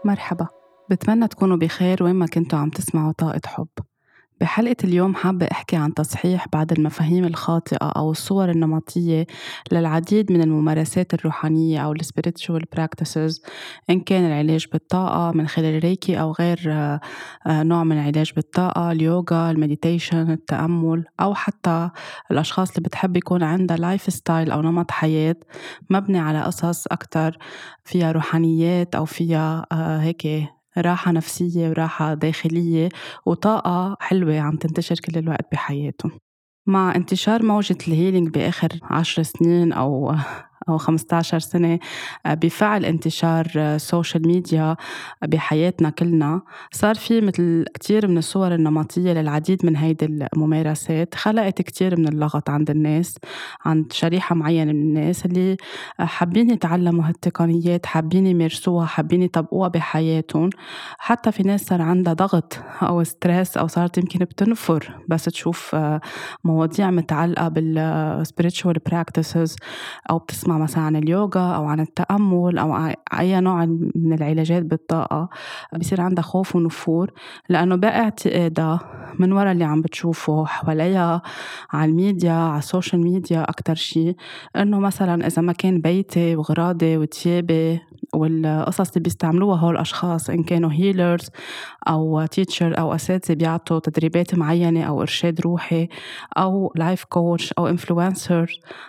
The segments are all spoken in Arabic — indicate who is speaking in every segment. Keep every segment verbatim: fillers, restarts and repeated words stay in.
Speaker 1: مرحبا، بتمنى تكونوا بخير وين ما كنتوا عم تسمعوا طاقة حب. بحلقة اليوم حابة أحكي عن تصحيح بعض المفاهيم الخاطئة أو الصور النمطية للعديد من الممارسات الروحانية أو spiritual practices، إن كان العلاج بالطاقة من خلال الريكي أو غير آه، آه، نوع من العلاج بالطاقة، اليوغا، المديتيشن، التأمل، أو حتى الأشخاص اللي بتحب يكون عندها لايف ستايل أو نمط حياة مبني على قصص أكتر فيها روحانيات أو فيها آه، هيك راحة نفسية وراحة داخلية وطاقة حلوة عم تنتشر كل الوقت بحياتهم. مع انتشار موجة الهيلينج بآخر عشر سنين أو أو خمسة عشر سنة، آه، بفعل انتشار السوشيال ميديا بحياتنا كلنا، صار في مثل كتير من الصور النمطية للعديد من هيدي الممارسات، خلقت كتير من اللغط عند الناس، عند شريحة معينة من الناس اللي حابين يتعلموا هالتقنيات، حابين يمارسوها، حابين يطبقوها بحياتهم. حتى في ناس صار عندها ضغط أو ستريس أو صارت يمكن بتنفر بس تشوف آه، مواضيع متعلقة بال spiritual practices، أو بتسمع مثلا عن اليوغا أو عن التأمل أو ع- أي نوع من العلاجات بالطاقة، بيصير عندها خوف ونفور لأنه بقى اعتقادها من وراء اللي عم بتشوفه حواليها على الميديا، على السوشيال ميديا أكتر شي، إنه مثلا إذا ما كان بيتي وغراضي وتيابي والقصص اللي بيستعملوها هول الأشخاص، إن كانوا هيلرز أو تيتشر أو أساتذة بيعطوا تدريبات معينة أو إرشاد روحي أو لايف كوتش أو إنفلونسر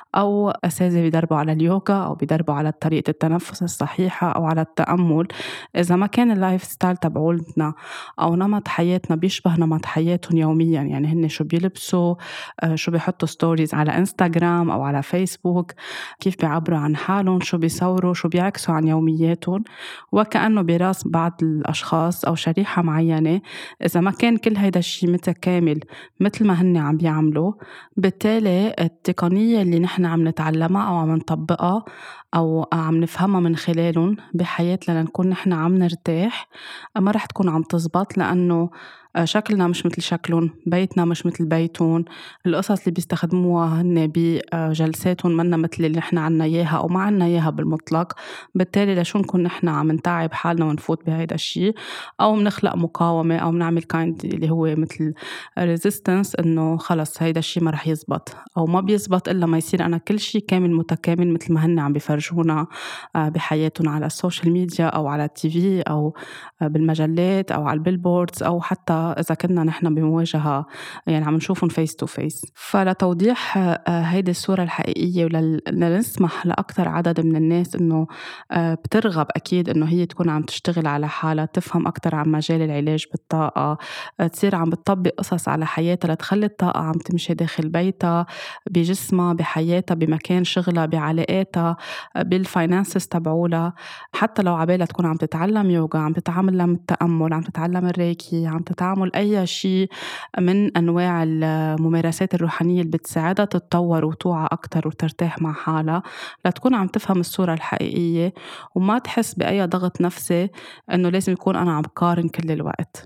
Speaker 1: أو أساتذة بيدربوا على اليوغا أو بيدربوا على طريقة التنفس الصحيحة أو على التأمل، إذا ما كان اللايف ستايل تبعولنا أو نمط حياتنا بيشبه نمط حياتهم يوميا، يعني هن شو بيلبسوا، آه، شو بيحطوا ستوريز على إنستغرام أو على فيسبوك، كيف بيعبروا عن حالهم، شو بيصوروا، شو بيعكسوا عن يومياتهم، وكأنه براس بعض الأشخاص أو شريحة معينة، إذا ما كان كل هيدا الشي متكامل مثل ما هن عم بيعملوا، بالتالي التقنية اللي نحن عم نتعلمها أو عم نطبقها أو عم نفهمها من خلالهم بحياتنا لنكون نحن عم نرتاح، ما رح تكون عم تزبط، لأنه آه، شكلنا مش مثل شكلهم، بيتنا مش مثل بيتهم، القصص اللي بيستخدموها هن بجلساتهم منا مثل اللي نحن عنا إياها أو ما عنا إياها بالمطلق. بالتالي لشو نكون نحن عم نتعب حالنا ونفوت بهيدا الشيء، أو منخلق مقاومة أو منعمل كايند اللي هو مثل resistance، إنه خلص هيدا الشيء ما رح يزبط أو ما بيزبط إلا ما يصير أنا كل شيء كامل متكامل مثل ما هن عم بيفرجونا آه، بحياتهم على السوشيال ميديا أو على التي في أو آه، بالمجلات أو على البيلبوردز، أو حتى إذا كنا نحن بمواجهة يعني عم نشوفهم فيس تو فيس. فلتوضيح آه، هيدي الصورة الحقيقية ولنسمح لأكثر عدد من الناس إنه آه، بترغب أكيد إنه هي تكون عم تشتغل على حالها، تفهم أكتر عن مجال العلاج بالطاقة، آه، تصير عم بتطبق قصص على حياتها لتخلي الطاقة عم تمشي داخل بيتها، بجسمها، بحياتها، بمكان شغلها، بعلاقاتها، آه، بالفاينانسز تبعولها. حتى لو عبالها تكون عم تتعلم يوغا، عم تتعلم التأمل، عم تتعلم الريكي، عم تتعامل أي شيء من أنواع الممارسات الروحانية اللي بتساعدها تتطور وتوعى أكتر وترتاح مع حالها، لتكون عم تفهم الصورة الحقيقية وما تحس بأي ضغط نفسي إنه لازم يكون أنا عم قارن كل الوقت.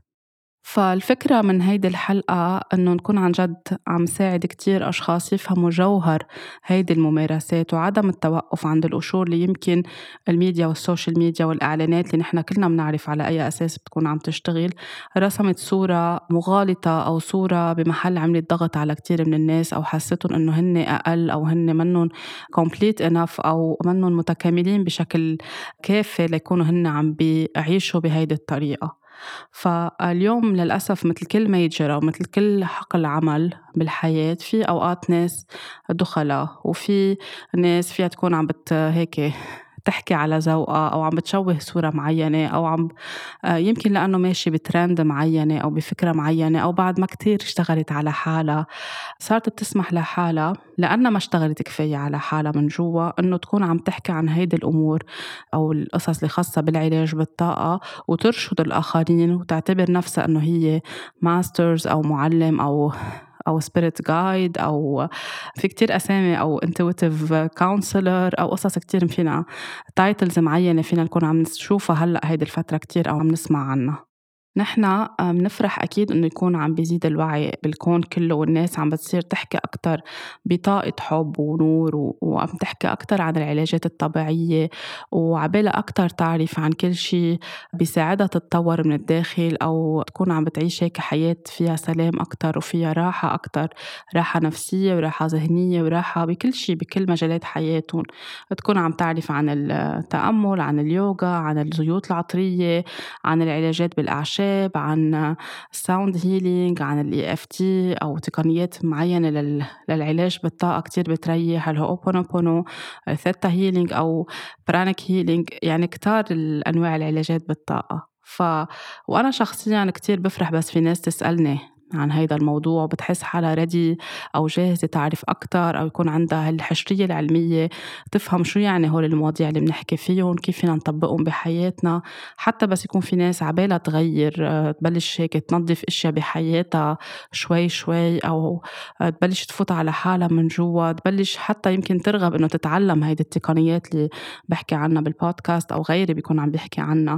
Speaker 1: فالفكرة من هيدي الحلقة إنه نكون عن جد عم ساعد كتير أشخاص يفهموا جوهر هيدي الممارسات وعدم التوقف عند القشور اللي يمكن الميديا والسوشيال ميديا والإعلانات اللي نحن كلنا بنعرف على أي أساس بتكون عم تشتغل، رسمت صورة مغالطة أو صورة بمحل عملت ضغط على كتير من الناس أو حسيتهم إنه هن أقل أو هن منهم complete enough أو منهم متكاملين بشكل كافي ليكونوا هن عم بيعيشوا بهيدي الطريقة. فاليوم للأسف مثل كل ميجر أو مثل كل حقل عمل بالحياة، في أوقات ناس دخلاء وفي ناس فيها تكون عم بت هيك تحكي على ذوقها أو عم بتشوه صورة معينة أو عم آه، يمكن لأنه ماشي بترند معينة أو بفكرة معينة أو بعد ما كتير اشتغلت على حالها صارت بتسمح لحالها لأنها ما اشتغلت كفاية على حالها من جوا إنه تكون عم تحكي عن هيدي الأمور أو القصص اللي خاصة بالعلاج بالطاقة وترشد الآخرين وتعتبر نفسها إنه هي ماسترز أو معلم أو أو spirit guide أو في كتير أسامي أو intuitive counselor أو قصص كتير فينا titles معينة فينا نكون عم نشوفها هلأ هيدي الفترة كتير أو عم نسمع عنها. نحن بنفرح أكيد إنه يكون عم بيزيد الوعي بالكون كله، والناس عم بتصير تحكي أكتر بطاقة حب ونور، و- وعم تحكي أكتر عن العلاجات الطبيعية، وعبالها أكتر تعرف عن كل شي بيساعدها تتطور من الداخل، أو تكون عم بتعيش هيك حياة فيها سلام أكتر وفيها راحة أكتر، راحة نفسية وراحة ذهنية وراحة بكل شي بكل مجالات حياتهم. تكون عم تعرف عن التأمل، عن اليوغا، عن الزيوت العطرية، عن العلاجات بالأعشاب، عن sound healing، عن ال إي إف تي أو تقنيات معينة لل- للعلاج بالطاقة كتير بتريح، الهوبونوبونو، ثيتا هيلينج أو برانيك هيلينج، يعني كتار الأنواع العلاجات بالطاقة. ف وأنا شخصيا كتير بفرح بس في ناس تسألني عن هيدا الموضوع، بتحس حالها ردي أو جاهزة تعرف أكتر، أو يكون عندها الحشرية العلمية تفهم شو يعني هول المواضيع اللي بنحكي فيهم، كيف فينا نطبقهم بحياتنا. حتى بس يكون في ناس عبالها تغير، آه، تبلش هيك تنظف اشياء بحياتها شوي شوي، او آه، تبلش تفوت على حالها من جوا، تبلش حتى يمكن ترغب انه تتعلم هيدي التقنيات اللي بحكي عنها بالبودكاست او غيري بيكون عم بيحكي عنها.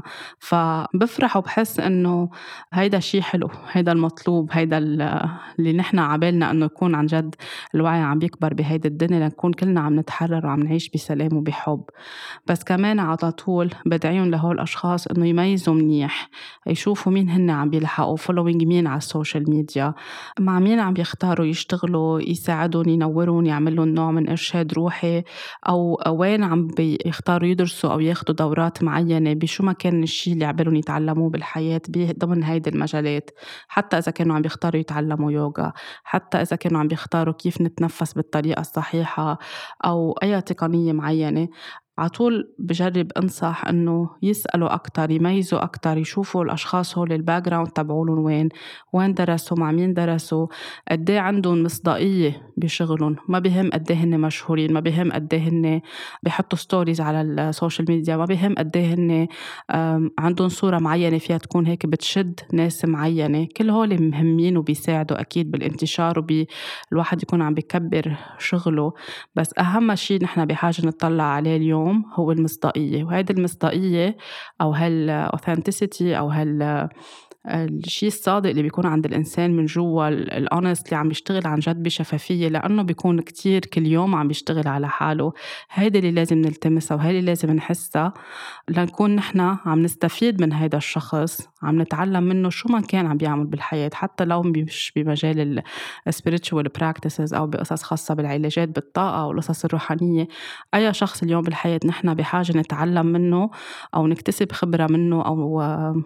Speaker 1: فبفرح وبحس انه هيدا شي حلو، هيدا المطلوب، هيدا ال- اللي نحن عبالنا انه يكون عن جد الوعي عم بيكبر بهيدي الدنيا، لنكون كلنا عم نتحرر وعم نعيش بسلام وبحب. بس كمان على طول بدعيهم لهول الأشخاص إنه يميزوا منيح، يشوفوا مين هن عم بيلحقوا فولوينج مين على السوشيال ميديا، مع مين عم يختاروا يشتغلوا، يساعدون، ينورون، يعملون نوع من إرشاد روحي، أو وين عم بيختاروا يدرسوا أو ياخدوا دورات معينة بشو ما كان الشي اللي عبالهم يتعلموه بالحياة ضمن هيدي المجالات. حتى إذا كانوا عم بيختاروا يتعلموا يوغا، حتى إذا كانوا عم بيختاروا كيف نتنفس بالطريقة الصحيحة، أو أي تقنية معينة، عطول بجرب أنصح إنه يسألوا أكتر، يميزوا أكتر، يشوفوا الأشخاص هول الباك جراوند تبعولن وين، وين درسوا، مع مين درسوا، قديه عندهم مصداقية بشغلهم. ما بهم قديه هن مشهورين، ما بهم قديه هن بيحطوا ستوريز على السوشيال ميديا، ما بهم قديه هن آم، عندهم صورة معينة فيها تكون هيك بتشد ناس معينة. كل هول مهمين وبيساعدوا أكيد بالانتشار، والواحد يكون عم بيكبر شغله. بس أهم شيء نحن بحاجة نطلع عليه اليوم هو المصداقية، وهيدي المصداقية أو هال authenticity أو هال الشيء الصادق اللي بيكون عند الإنسان من جوا، الأونست اللي عم بيشتغل عن جد بشفافية، لأنه بيكون كتير كل يوم عم بيشتغل على حاله. هيدي اللي لازم نلتمسها، وهيدي اللي لازم نحسها، لنكون نحن عم نستفيد من هيدا الشخص، عم نتعلم منه شو ما كان عم بيعمل بالحياة، حتى لو مش بمجال ال spiritual practices أو بقصص خاصة بالعلاجات بالطاقة والقصص الروحانية. أي شخص اليوم بالحياة نحن بحاجة نتعلم منه أو نكتسب خبرة منه، أو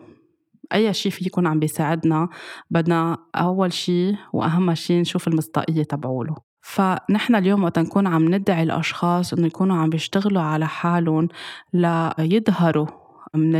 Speaker 1: أي شي فيه يكون عم بيساعدنا، بدنا أول شي وأهم شي نشوف المصداقية تبعوله. فنحن اليوم وقت نكون عم ندعي الأشخاص إنه يكونوا عم بيشتغلوا على حالهم ليظهروا من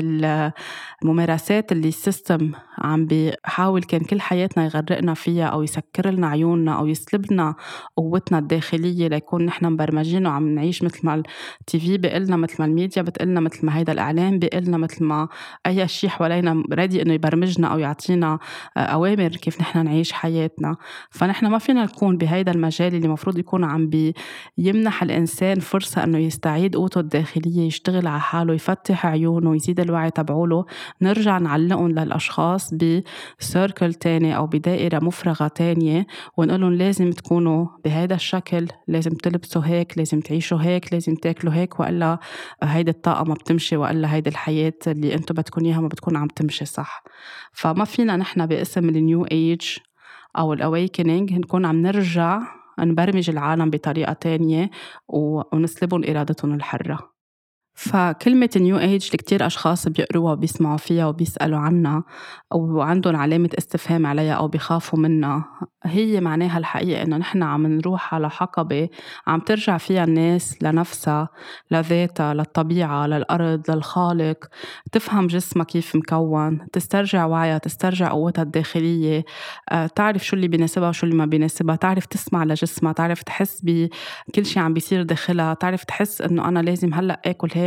Speaker 1: الممارسات اللي السيستم عم بيحاول كان كل حياتنا يغرقنا فيها، أو يسكر لنا عيوننا، أو يسلب لنا قوتنا الداخلية، ليكون نحن مبرمجين وعم نعيش مثل ما التي في بيقلنا، مثل ما الميديا بتقلنا، مثل ما هيدا الإعلام بيقلنا، مثل ما أي شيء حوالينا رادي إنه يبرمجنا أو يعطينا أوامر كيف نحن نعيش حياتنا. فنحن ما فينا نكون بهيدا المجال اللي مفروض يكون عم بيمنح الإنسان فرصة إنه يستعيد قوته الداخلية، يشتغل على حاله، يفتح عيونه، يزيد الوعي تبعوله، نرجع نعلقهم للأشخاص بسيركل تاني أو بدائرة مفرغة تانية، ونقولهم لازم تكونوا بهيدا الشكل، لازم تلبسوا هيك، لازم تعيشوا هيك، لازم تاكلوا هيك، وإلا هيدا الطاقة ما بتمشي، وإلا هيدا الحياة اللي أنتوا بدكم إياها ما بتكون عم تمشي صح. فما فينا نحن باسم النيو ايج أو الأويكنينج نكون عم نرجع نبرمج العالم بطريقة تانية ونسلبهم إرادتهم الحرة. فكلمة نيو ايج اللي كتير أشخاص بيقروها وبيسمعوا فيها وبيسألوا عنها أو عندهم علامة استفهام عليها أو بيخافوا منها، هي معناها الحقيقة إنه نحن عم نروح على حقبة عم ترجع فيها الناس لنفسها، لذاتها، للطبيعة، للأرض، للخالق، تفهم جسمها كيف مكون، تسترجع وعيها، تسترجع قوتها الداخلية، آه، تعرف شو اللي بيناسبها وشو اللي ما بيناسبها، تعرف تسمع لجسمها، تعرف تحس بكل شي عم بيصير داخلها، تعرف تحس إنه أنا لازم هلأ آكل هيك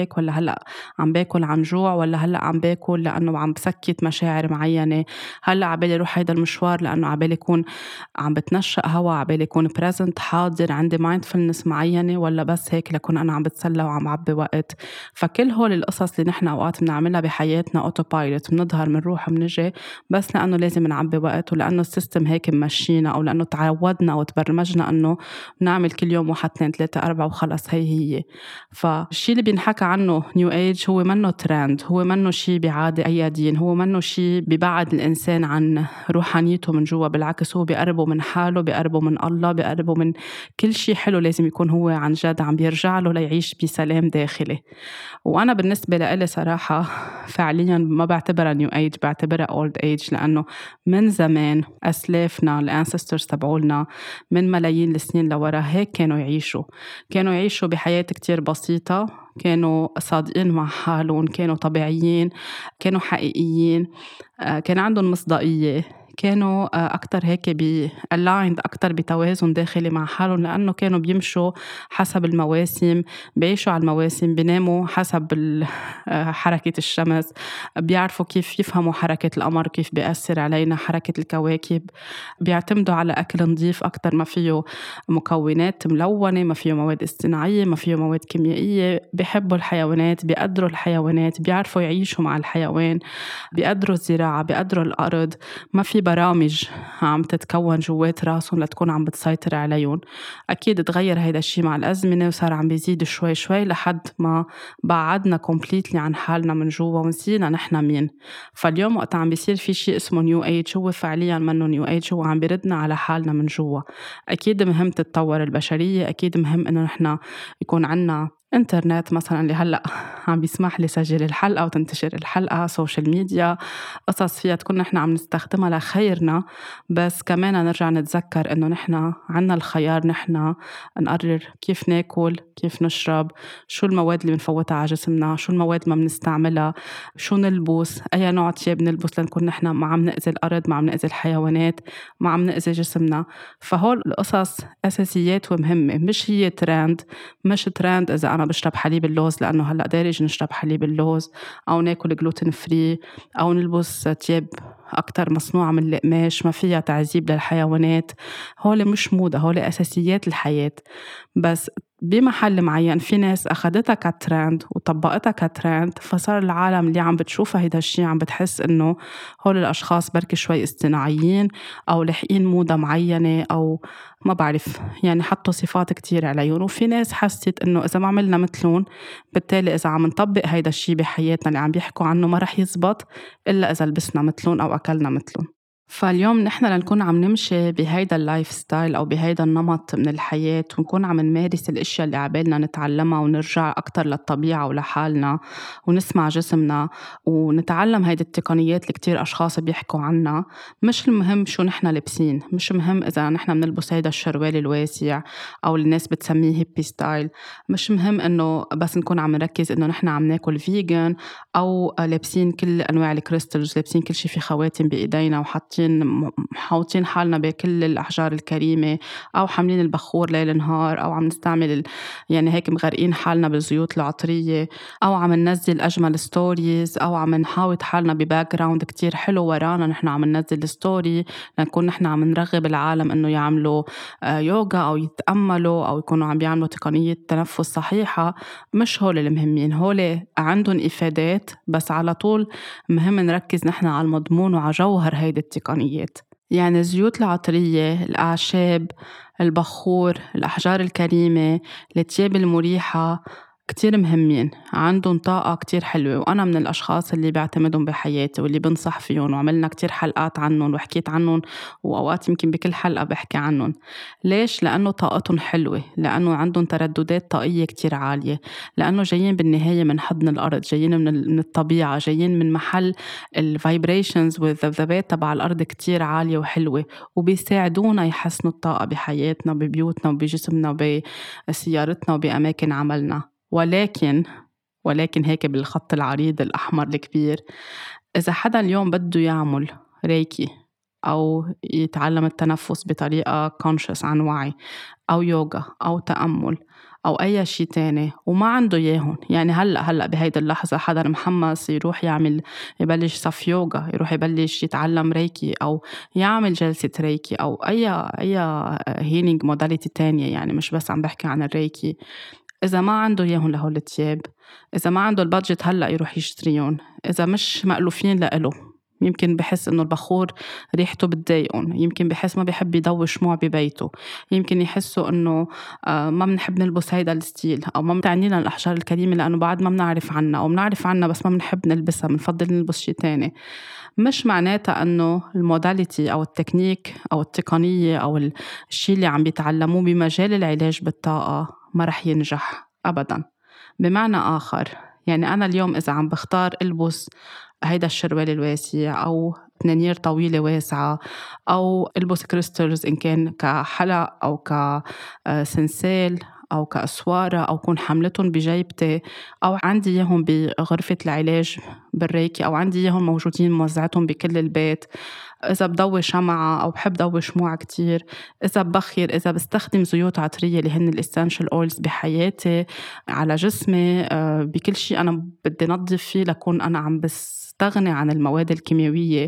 Speaker 1: هيك، ولا هلأ عم باكل عن جوع، ولا هلأ عم باكل لأنه عم بسكت مشاعر معينة، هلأ عبالي روح هيدا المشوار لأنه عبالي يكون عم بتنشأ هوا، عبالي يكون present حاضر عندي mindfulness معينة، ولا بس هيك لكون أنا عم بتسلى وعم بعبي وقت. فكل هول القصص اللي نحن أوقات بنعملها بحياتنا autopilot، بنظهر بنروح بنجي بس لأنه لازم نعبي وقت، ولأنه السيستم هيك ممشينا، أو لأنه تعودنا أو تبرمجنا أنه نعمل كل يوم واحد اثنين ثلاثة أربعة وخلص هي هي. فالشي اللي بينحكى عنه نيو ايج هو منه ترند، هو منه شي بيعادي أي دين، هو منه شي بيبعد الإنسان عن روحانيته من جوا، بالعكس هو بيقربه من حاله، بيقربه من الله، بيقربه من كل شي حلو لازم يكون هو عن جد عم بيرجع له ليعيش بسلام داخلي. وأنا بالنسبة لإلي صراحة فعليا ما بعتبرها نيو ايج، بعتبرها اولد ايج، لأنه من زمان أسلافنا الانسسترز تبعولنا من ملايين السنين لورا هيك كانوا يعيشوا، كانوا يعيشوا بحياة كتير بسيطة، كانوا صادقين مع حالهم، كانوا طبيعيين، كانوا حقيقيين، كان عندهم مصداقية، كانوا أكتر هيك بي aligned، أكتر بتوازن داخلي مع حالهم، لأنه كانوا بيمشوا حسب المواسم، بيعيشوا على المواسم، بيناموا حسب حركة الشمس، بيعرفوا كيف يفهموا حركة القمر كيف بيأثر علينا، حركة الكواكب، بيعتمدوا على أكل نظيف أكتر ما فيه مكونات ملونة، ما فيه مواد اصطناعية، ما فيه مواد كيميائية، بيحبوا الحيوانات، بيقدروا الحيوانات، بيعرفوا يعيشوا مع الحيوان، بيقدروا الزراعة، بيقدروا الأرض، ما في برامج عم تتكون جوات راسهم لتكون عم بتسيطر عليهم. أكيد تغير هيدا الشيء مع الأزمنة وصار عم بيزيد شوي شوي لحد ما بعدنا completely عن حالنا من جوا ونسينا نحنا مين. فاليوم وقت عم بيصير في شيء اسمه نيو ايج هو فعليا منه نيو ايج، هو عم بيردنا على حالنا من جوا. أكيد مهم تتطور البشرية، أكيد مهم إنه نحنا يكون عنا انترنت مثلا اللي هلأ عم بيسمح لي سجل الحلقة وتنتشر الحلقة، سوشيال ميديا، قصص فيها تكون نحنا عم نستخدمها لخيرنا، بس كمان نرجع نتذكر إنه نحنا عنا الخيار، نحنا نقرر كيف ناكل، كيف نشرب، شو المواد اللي بنفوتها على جسمنا، شو المواد ما بنستعملها، شو نلبس، أي نوع تياب نلبس لنكون نحنا ما عم نأذي الأرض، ما عم نأذي الحيوانات، ما عم نأذي جسمنا. فهول القصص أساسيات ومهمة، مش هي ترند. مش ترند إذا أنا بشرب حليب اللوز لأنه هلأ دارج نشرب حليب اللوز، أو ناكل جلوتين فري، أو نلبس تياب أكتر مصنوعة من القماش ما فيها تعذيب للحيوانات. هول مش موضة، هول أساسيات الحياة. بس بمحل معين في ناس أخدتها كترند وطبقتها كترند، فصار العالم اللي عم بتشوفها هيدا الشي عم بتحس إنه هول الأشخاص بركي شوي اصطناعيين أو لحقين موضة معينة، أو ما بعرف يعني حطوا صفات كتير عليهم. وفي ناس حست إنه إذا ما عملنا مثلهم بالتالي إذا عم نطبق هيدا الشي بحياتنا اللي عم بيحكوا عنه ما رح يزبط إلا إذا لبسنا مثلهم أو أكلنا مثلهم. فاليوم نحن لنكون عم نمشي بهيدا اللايف ستايل أو بهيدا النمط من الحياة، ونكون عم نمارس الأشياء اللي عبالنا نتعلمها ونرجع أكتر للطبيعة ولحالنا ونسمع جسمنا ونتعلم هيدا التقنيات اللي كتير أشخاص بيحكوا عنها. مش المهم شو نحن لبسين، مش مهم إذا نحن بنلبس هيدا الشروال الواسع أو الناس بتسميه هيبي ستايل، مش مهم إنه بس نكون عم نركز إنه نحن عم ناكل فيجن أو لابسين كل أنواع الكريستالز، لابسين كل شي في خواتم بإيدينا وحاطين محاوطين حالنا بكل الأحجار الكريمة، أو حاملين البخور ليل نهار، أو عم نستعمل ال... يعني هيك مغرقين حالنا بالزيوت العطرية، أو عم ننزل أجمل ستوريز، أو عم نحاوط حالنا بباك جراوند كتير حلو ورانا نحن عم ننزل ستوري لنكون نحن عم نرغب العالم إنه يعملوا يوغا أو يتأملوا أو يكونوا عم بيعملوا تقنية تنفس صحيحة. مش هول المهمين، هول عندهم إفادات بس على طول مهم نركز نحن على المضمون وعلى جوهر هيدي التقنيات. يعني الزيوت العطرية، الأعشاب، البخور، الأحجار الكريمة، التياب المريحة كتير مهمين، عندهم طاقة كتير حلوة، وأنا من الأشخاص اللي بعتمدهم بحياتي واللي بنصح فيهم، وعملنا كتير حلقات عنهم وحكيت عنهم، وأوقات يمكن بكل حلقة بحكي عنهم. ليش؟ لأنه طاقتهم حلوة، لأنه عندهم ترددات طاقية كتير عالية، لأنه جايين بالنهاية من حضن الأرض، جايين من الطبيعة، جايين من محل ال vibrations والذبذبات تبع الأرض كتير عالية وحلوة، وبيساعدونا يحسنوا الطاقة بحياتنا ببيوتنا وبجسمنا وبسيارتنا وبأماكن عملنا. ولكن ولكن هيك بالخط العريض الأحمر الكبير، إذا حدا اليوم بده يعمل ريكي أو يتعلم التنفس بطريقة conscious عن وعي، أو يوغا أو تأمل أو أي شي تاني وما عنده ياهن. يعني هلأ هلأ بهيدي اللحظة حدا محمس يروح يعمل يبلش صف يوغا، يروح يبلش يتعلم ريكي أو يعمل جلسة ريكي أو أي أي healing modality تانية. يعني مش بس عم بحكي عن الريكي. إذا ما عنده ياهن لهول التياب، إذا ما عنده البادجت هلأ يروح يشتريهم، إذا مش مألوفين لإله، يمكن بحس إنه البخور ريحته بتضايقهم، يمكن بحس ما بيحب يضوي شموع ببيته، يمكن يحسوا إنه آه ما بنحب نلبس هيدا الستيل، أو ما بتعنينا الأحجار الكريمة لأنه بعد ما بنعرف عنها، أو بنعرف عنها بس ما بنحب نلبسها، بنفضل نلبس شي تاني. مش معناتها أنه الموداليتي أو التكنيك أو التقنية أو الشي اللي عم بيتعلموه بمجال العلاج بالطاقة ما رح ينجح أبداً. بمعنى آخر، يعني أنا اليوم إذا عم بختار ألبس هيدا الشروال الواسع أو تنانير طويلة واسعة أو ألبس كريستالز إن كان كحلق أو كسنسال أو كأسوارة أو كون حملتهم بجيبتي أو عندي إياهم بغرفة العلاج بالريكي أو عندي إياهم موجودين موزعتهم بكل البيت، إذا بضوي شمعة أو بحب ضوي شموع كتير، إذا ببخر، إذا بستخدم زيوت عطرية اللي هن الإسانشال أويلز بحياتي على جسمي، بكل شيء أنا بدي نظف فيه لكون أنا عم بستغني عن المواد الكيميائية.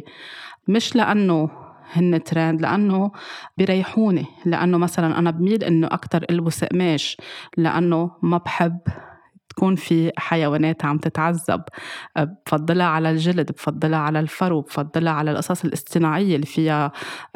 Speaker 1: مش لأنه هن ترند، لأنه بيريحوني، لأنه مثلا أنا بميل إنه أكتر ألبس قماش لأنه ما بحب تكون في حيوانات عم تتعذب، بفضلها على الجلد، بفضلها على الفرو، بفضلها على القصص الاصطناعية اللي فيها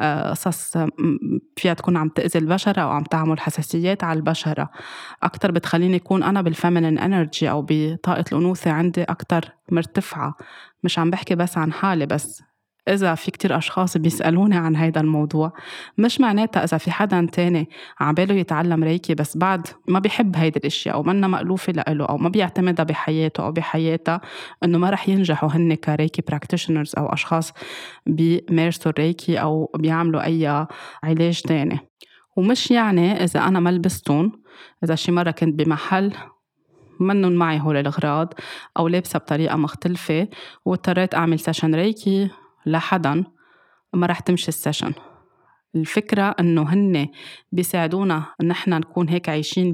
Speaker 1: قصص فيها تكون عم تأذي البشرة أو عم تعمل حساسيات على البشرة. أكتر بتخليني يكون أنا بالفيمينين انرجي أو بطاقة الأنوثة عندي أكتر مرتفعة. مش عم بحكي بس عن حالي، بس إذا في كتير أشخاص بيسألوني عن هيدا الموضوع، مش معناتها إذا في حدا تاني عباله يتعلم ريكي بس بعد ما بيحب هيدا الاشياء أو منا مألوفة لإله أو ما بيعتمدها بحياته أو بحياتها إنه ما رح ينجحوا هن كريكي براكتيشنرز أو أشخاص بيمارسوا الريكي أو بيعملوا أي علاج تاني. ومش يعني إذا أنا ما لبستون، إذا شي مرة كنت بمحل منن معي هول الأغراض أو لابسة بطريقة مختلفة واضطريت أعمل سيشن ريكي لحداً، ما رح تمشي السيشن. الفكرة أنه هن بيساعدونا أن احنا نكون هيك عايشين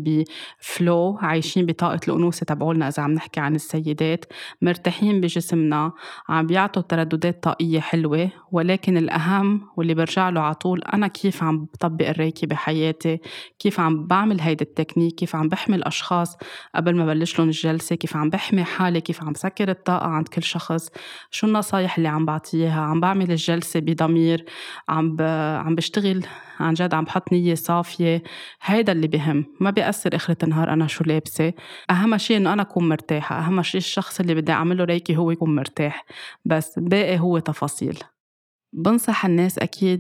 Speaker 1: بفلو، عايشين بطاقة الأنوثة تبعولنا. إذا عم نحكي عن السيدات مرتاحين بجسمنا، عم بيعطوا ترددات طاقية حلوة. ولكن الأهم واللي برجع له عطول، أنا كيف عم بطبق الريكي بحياتي، كيف عم بعمل هيدا التكنيك، كيف عم بحمي الأشخاص قبل ما بلش لهم الجلسة، كيف عم بحمي حالي، كيف عم سكر الطاقة عند كل شخص، شو النصايح اللي عم بعطيها، عم بعمل الجلسة بضمير، عم ب... عم بشتغل عن جد، عم بحط نية صافية. هيدا اللي بهم، ما بيأثر آخرة النهار أنا شو لابسة. أهم شيء إنه أنا أكون مرتاحة، أهم شيء الشخص اللي بدي أعمله ريكي هو يكون مرتاح، بس باقي هو تفاصيل. بنصح الناس أكيد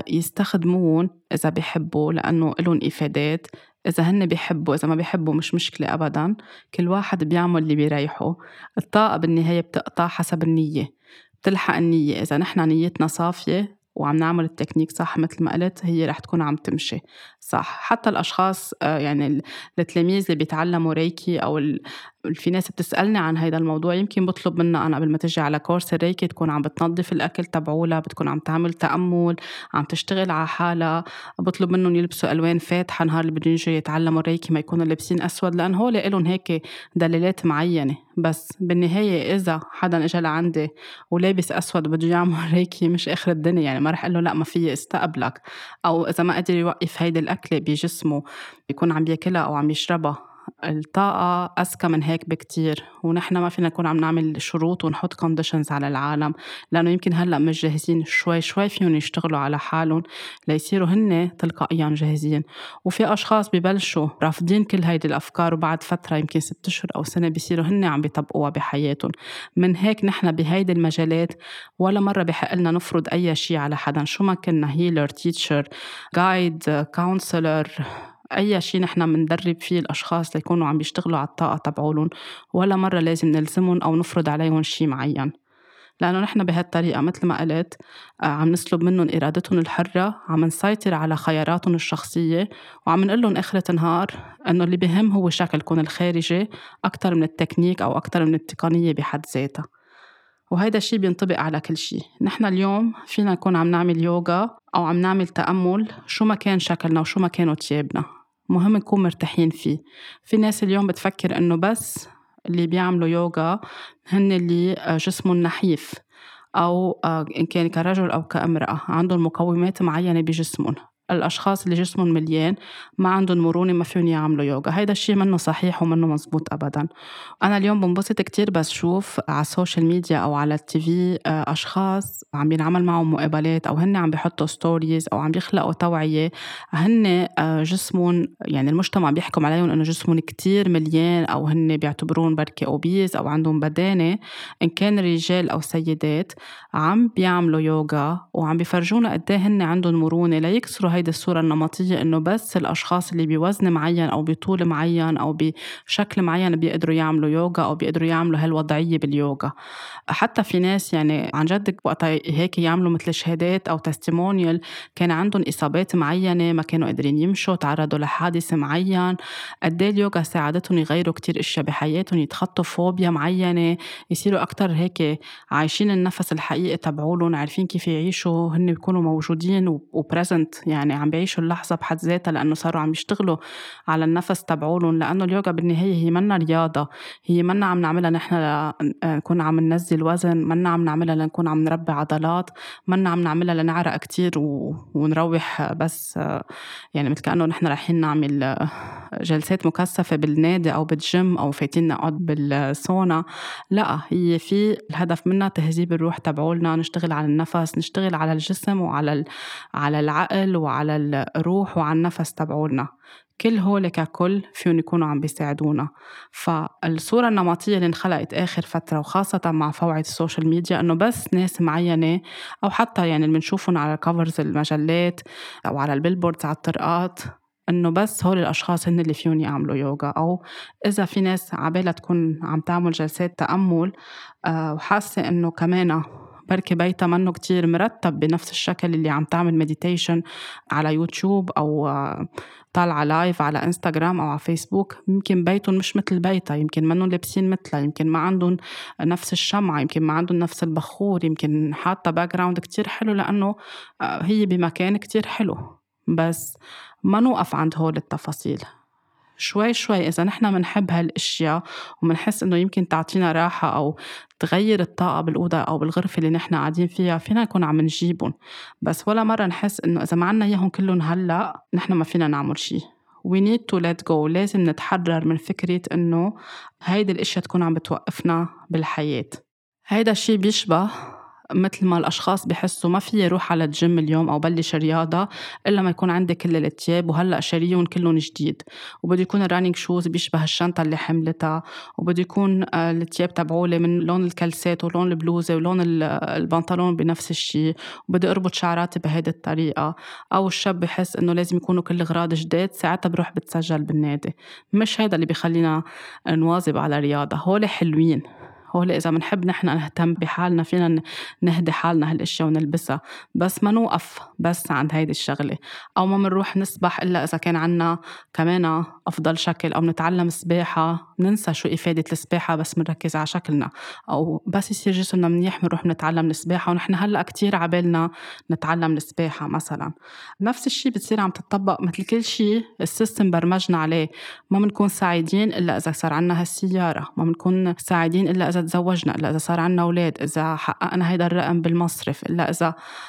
Speaker 1: يستخدمون إذا بيحبوا، لأنه إلهم إفادات. إذا هن بيحبوا، إذا ما بيحبوا مش مشكلة أبداً، كل واحد بيعمل اللي بيريحه. الطاقة بالنهاية بتقطع حسب النية، بتلحق النية. إذا نحن نيتنا صافية وعم نعمل التكنيك صح مثل ما قلت، هي رح تكون عم تمشي صح. حتى الأشخاص يعني التلاميذ اللي بيتعلموا ريكي أو في ناس بتسألني عن هيدا الموضوع، يمكن بطلب منها أنا قبل ما تجي على كورس الريكي تكون عم بتنظف الأكل تبعولها، بتكون عم تعمل تأمل، عم تشتغل على حالها. بطلب منهم يلبسوا ألوان فاتحة نهار اللي بدهم يجوا يتعلموا الريكي، ما يكونوا لابسين أسود، لأن هول إلهم هيك دلالات معينة. بس بالنهاية إذا حدا إجا لعندي ولابس أسود وبده يعمل ريكي، مش آخر الدنيا. يعني ما رح أقول له لا ما فيي استقبلك. أو إذا ما قدر يوقف هيدا الأكلة بجسمه يكون عم بياكلها أو عم يشربها. الطاقة أذكى من هيك بكتير، ونحن ما فينا نكون عم نعمل شروط ونحط conditions على العالم، لأنه يمكن هلأ مش جاهزين. شوي شوي فيهم يشتغلوا على حالهم ليصيروا هن تلقائيا جاهزين. وفي أشخاص ببلشوا رافضين كل هيدي الأفكار، وبعد فترة يمكن ست أشهر أو سنة بيصيروا هن عم بيطبقوها بحياتهم. من هيك نحن بهيدي المجالات ولا مرة بحق لنا نفرض أي شيء على حدا، شو ما كنا healer, teacher, guide, counselor، أي شيء نحن مندرب فيه الأشخاص ليكونوا عم بيشتغلوا على الطاقة تبعولهم. ولا مرة لازم نلزمهم أو نفرض عليهم شيء معين، لأنه نحن بهالطريقة مثل ما قلت عم نسلب منهم إرادتهم الحرة، عم نسيطر على خياراتهم الشخصية، وعم نقول لهم آخرة النهار أنه اللي بهم هو شكلكم الخارجي أكتر من التكنيك أو أكتر من التقنية بحد ذاتها. وهيدا الشي بينطبق على كل شي. نحن اليوم فينا نكون عم نعمل يوغا أو عم نعمل تأمل شو ما كان شكلنا وشو ما كانوا تيابنا، مهم نكون مرتاحين فيه. في ناس اليوم بتفكر إنه بس اللي بيعملوا يوغا هن اللي جسمهم نحيف، أو إن كان كرجل أو كامرأة عندهم مقومات معينة بجسمهم. الأشخاص اللي جسمهم مليان ما عندهم مرونة ما فيهم يعملوا يوغا. هيدا الشيء منه صحيح ومنه مزبوط أبداً. أنا اليوم بنبسط كتير بس شوف على السوشيال ميديا أو على التيفي أشخاص عم بينعمل معهم مقابلات أو هن عم بيحطوا ستوريز أو عم بيخلقوا توعية، هن جسمهم يعني المجتمع بيحكم عليهم إنه جسمهم كتير مليان، أو هن بيعتبرون بركة أوبيز أو عندهم بدانة. إن كان رجال أو سيدات عم بيعملوا يوغا وعم بيفرجونا قديه هن عندهم مرونة ليكسروا هيدا الصورة النمطية إنه بس الأشخاص اللي بوزن معين أو بطول معين أو بشكل معين بيقدروا يعملوا يوغا أو بيقدروا يعملوا هالوضعية باليوغا. حتى في ناس يعني عن جد وقتها هيك يعملوا مثل شهادات أو تستيمونيال كان عندهم إصابات معينة، ما كانوا قادرين يمشوا، تعرضوا لحادث معين، قديه اليوغا ساعدتهم يغيروا كتير إشياء بحياتهم، يتخطوا فوبيا معينة، يصيروا أكتر هيك عايشين النفس الحقيقي تبعولهم، عارفين كيف يعيشوا، هن بيكونوا موجودين وبريزنت، يعني عم بيعيشوا اللحظة بحد ذاتها لأنه صاروا عم يشتغلوا على النفس تبعولهم. لأنه اليوغا بالنهاية هي منا رياضة، هي منا عم نعملها نحن نكون عم ننزل وزن، منا عم نعملها لنكون عم نربي عضلات، منا عم نعملها لنعرق كتير ونروح بس يعني مثل كأنه نحن رايحين نعمل جلسات مكثفة بالنادي أو بالجيم أو فايتين نقعد بالسونا. لا، هي في الهدف منها تهذيب الروح تبعولنا، نشتغل على النفس، نشتغل على الجسم وعلى على العقل وعلى الروح وعلى النفس تبعولنا. كل هول ككل فيهم يكونوا عم بيساعدونا. فالصورة النمطية اللي انخلقت آخر فترة وخاصة مع فوعة السوشيال ميديا إنه بس ناس معينة، أو حتى يعني اللي بنشوفهم على كفرز المجلات أو على البيلبوردز على الطرقات، إنه بس هول الأشخاص هن اللي فيهم يعملوا يوغا. أو إذا في ناس عبالها تكون عم تعمل جلسات تأمل أه وحاسة إنه كمان بركي بيتا منه كتير مرتب بنفس الشكل اللي عم تعمل مديتيشن على يوتيوب أو طالعة لايف على انستغرام أو على فيسبوك، يمكن بيتهم مش مثل بيتها، يمكن منهم لابسين مثلها، يمكن ما عندهم نفس الشمعة، يمكن ما عندهم نفس البخور، يمكن حاطة باك جراوند كتير حلو لأنه هي بمكان كتير حلو. بس ما نوقف عند هول التفاصيل. شوي شوي إذا نحنا منحب هالاشياء ومنحس إنه يمكن تعطينا راحة أو تغير الطاقة بالأوضة أو بالغرفة اللي نحنا قاعدين فيها، فينا نكون عم نجيبهم. بس ولا مرة نحس إنه إذا ما عنا إياهم كلهم هلأ نحنا ما فينا نعمل شي. we need to let go. لازم نتحرر من فكرة إنه هيدا الاشياء تكون عم بتوقفنا بالحياة. هيدا الشي بيشبه مثل ما الأشخاص بيحسوا ما في روح على الجيم اليوم أو بلش رياضة إلا ما يكون عندي كل الاتياب وهلأ شاريون كلهم جديد، وبده يكون الرانينج شوز بيشبه الشنطة اللي حملتها، وبده يكون الاتياب تبعولي من لون الكلسات ولون البلوزة ولون البنطلون بنفس الشي، وبده أربط شعراتي بهيدي الطريقة. أو الشاب بيحس إنه لازم يكونوا كل غراض جداد، ساعتها بروح بتسجل بالنادي. مش هيدا اللي بيخلينا نواظب على رياضة. هول حلوين، هول إذا منحب نحن نهتم بحالنا فينا نهدي حالنا هالاشياء ونلبسها، بس ما نوقف بس عند هيدي الشغلة. أو ما منروح نسبح إلا إذا كان عنا كمان أفضل شكل، أو نتعلم سباحة ننسى شو إفادة السباحة بس منركز على شكلنا. أو بس يصير جسمنا منيح منروح نتعلم السباحة، ونحن هلأ كتير عبالنا نتعلم السباحة مثلا. نفس الشي بتصير عم تطبق مثل كل شي السيستم برمجنا عليه. ما منكون سعيدين إلا إذا صار عنا هالسيارة، ما منكون سعيدين إلا إذا تزوجنا، إلا إذا صار عنا أولاد، إذا حققنا هيدا الرقم بالمصرف، إلا إذا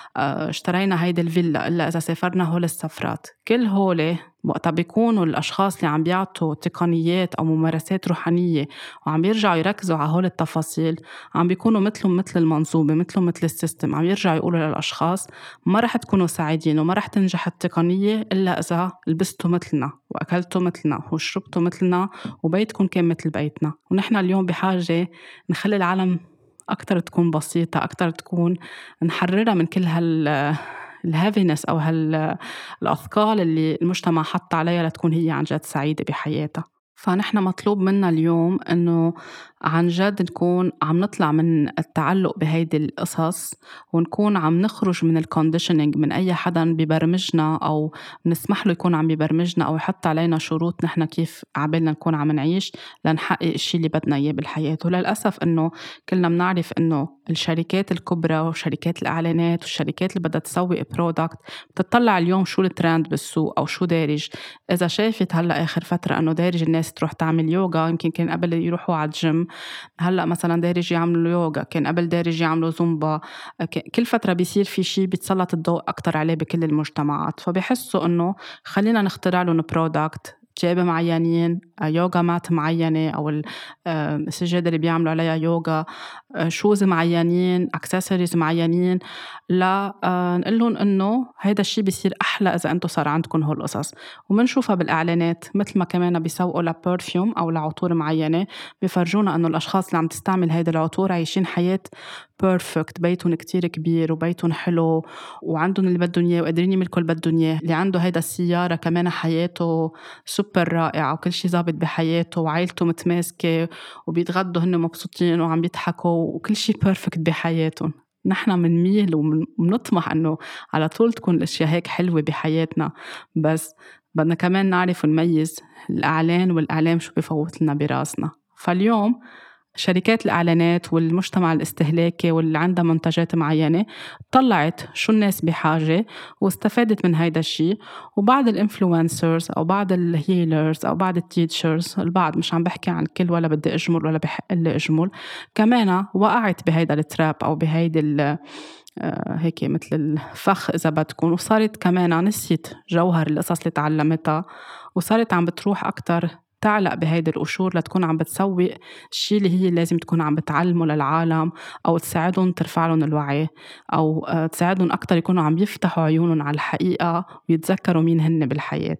Speaker 1: اشترينا هيدا الفيلا، إلا إذا سافرنا هول السفرات. كل هول وقتا بيكونوا الأشخاص اللي عم بيعطوا تقنيات أو ممارسات روحانية وعم يرجعوا يركزوا على هول التفاصيل، عم بيكونوا مثلهم مثل المنظومة، مثلهم مثل السيستم، عم يرجعوا يقولوا للأشخاص ما رح تكونوا سعيدين وما رح تنجح التقنية إلا إذا لبستوا مثلنا وأكلتوا مثلنا وشربتوا مثلنا وبيتكم كان مثل بيتنا. ونحن اليوم بحاجة نخلي العالم أكتر تكون بسيطة، أكتر تكون نحررها من كل هال الهافينس أو هالأثقال اللي المجتمع حط عليها لتكون هي عن جد سعيدة بحياتها. فنحن مطلوب منا اليوم إنه عن جد نكون عم نطلع من التعلق بهيدي القصص، ونكون عم نخرج من الconditioning من أي حداً ببرمجنا أو نسمح له يكون عم ببرمجنا أو يحط علينا شروط نحن كيف عبالنا نكون عم نعيش لنحقق الشي اللي بدنا إياه بالحياة. وللأسف إنه كلنا منعرف إنه الشركات الكبرى وشركات الإعلانات والشركات اللي بدها تسوق product بتطلع اليوم شو الترند بالسوق أو شو دارج. إذا شافت هلأ آخر فترة إنه دارج الناس تروح تعمل يوغا، يمكن كان قبل يروحوا على الجيم، هلأ مثلا دارج يعملوا يوغا، كان قبل دارج يعملوا زومبا. ك- كل فترة بيصير في شي بيتسلط الضوء أكتر عليه بكل المجتمعات، فبحسوا إنه خلينا نخترع لهم برودكت جيبة معينين، آه، يوغا مات معينة أو ال- آه، السجادة اللي بيعملوا عليها يوغا، آه، شوز معينين، أكسسوارز معينين، لا آه، نقول لهم إنه هيدا الشي بيصير أحلى إذا أنتو صار عندكم هالقصص. ومنشوفها بالإعلانات مثل ما كمان بيسوقوا لبرفيوم أو لعطور معينة، بيفرجونا إنه الأشخاص اللي عم تستعمل هيدا العطور عايشين حياة بيرفكت، بيتهم كتير كبير وبيتهم حلو وعندهم اللي بدهم إياه وقادرين يملكوا اللي بدهم إياه. اللي عنده هيدا السيارة كمان حياته سوبر رائعة وكل شي ظابط بحياته وعائلته متماسكة وبيتغدوا هن مبسوطين وعم بيضحكوا وكل شي بيرفكت بحياتهم. نحن منميل ومنطمح إنه على طول تكون الأشياء هيك حلوة بحياتنا، بس بدنا كمان نعرف ونميز الإعلان والإعلام شو بيفوت لنا براسنا. فاليوم شركات الإعلانات والمجتمع الاستهلاكي واللي عندها منتجات معينة طلعت شو الناس بحاجة واستفادت من هيدا الشي. وبعض الانفلونسرز أو بعض الهيلرز أو بعض التيتشرز، البعض مش عم بحكي عن الكل ولا بدي أجمل ولا بحق اللي أجمل، كمان وقعت بهيدا التراب أو بهيدا ال آه، هيك مثل الفخ إذا بدكم، وصارت كمان نسيت جوهر القصص اللي تعلمتها وصارت عم بتروح أكتر تعلق بهيدي القشور لتكون عم بتسوق الشي اللي هي لازم تكون عم بتعلمه للعالم أو تساعدهم ترفع لهم الوعي أو آه، تساعدهم أكتر يكونوا عم يفتحوا عيونهم على الحقيقة ويتذكروا مين هن بالحياة.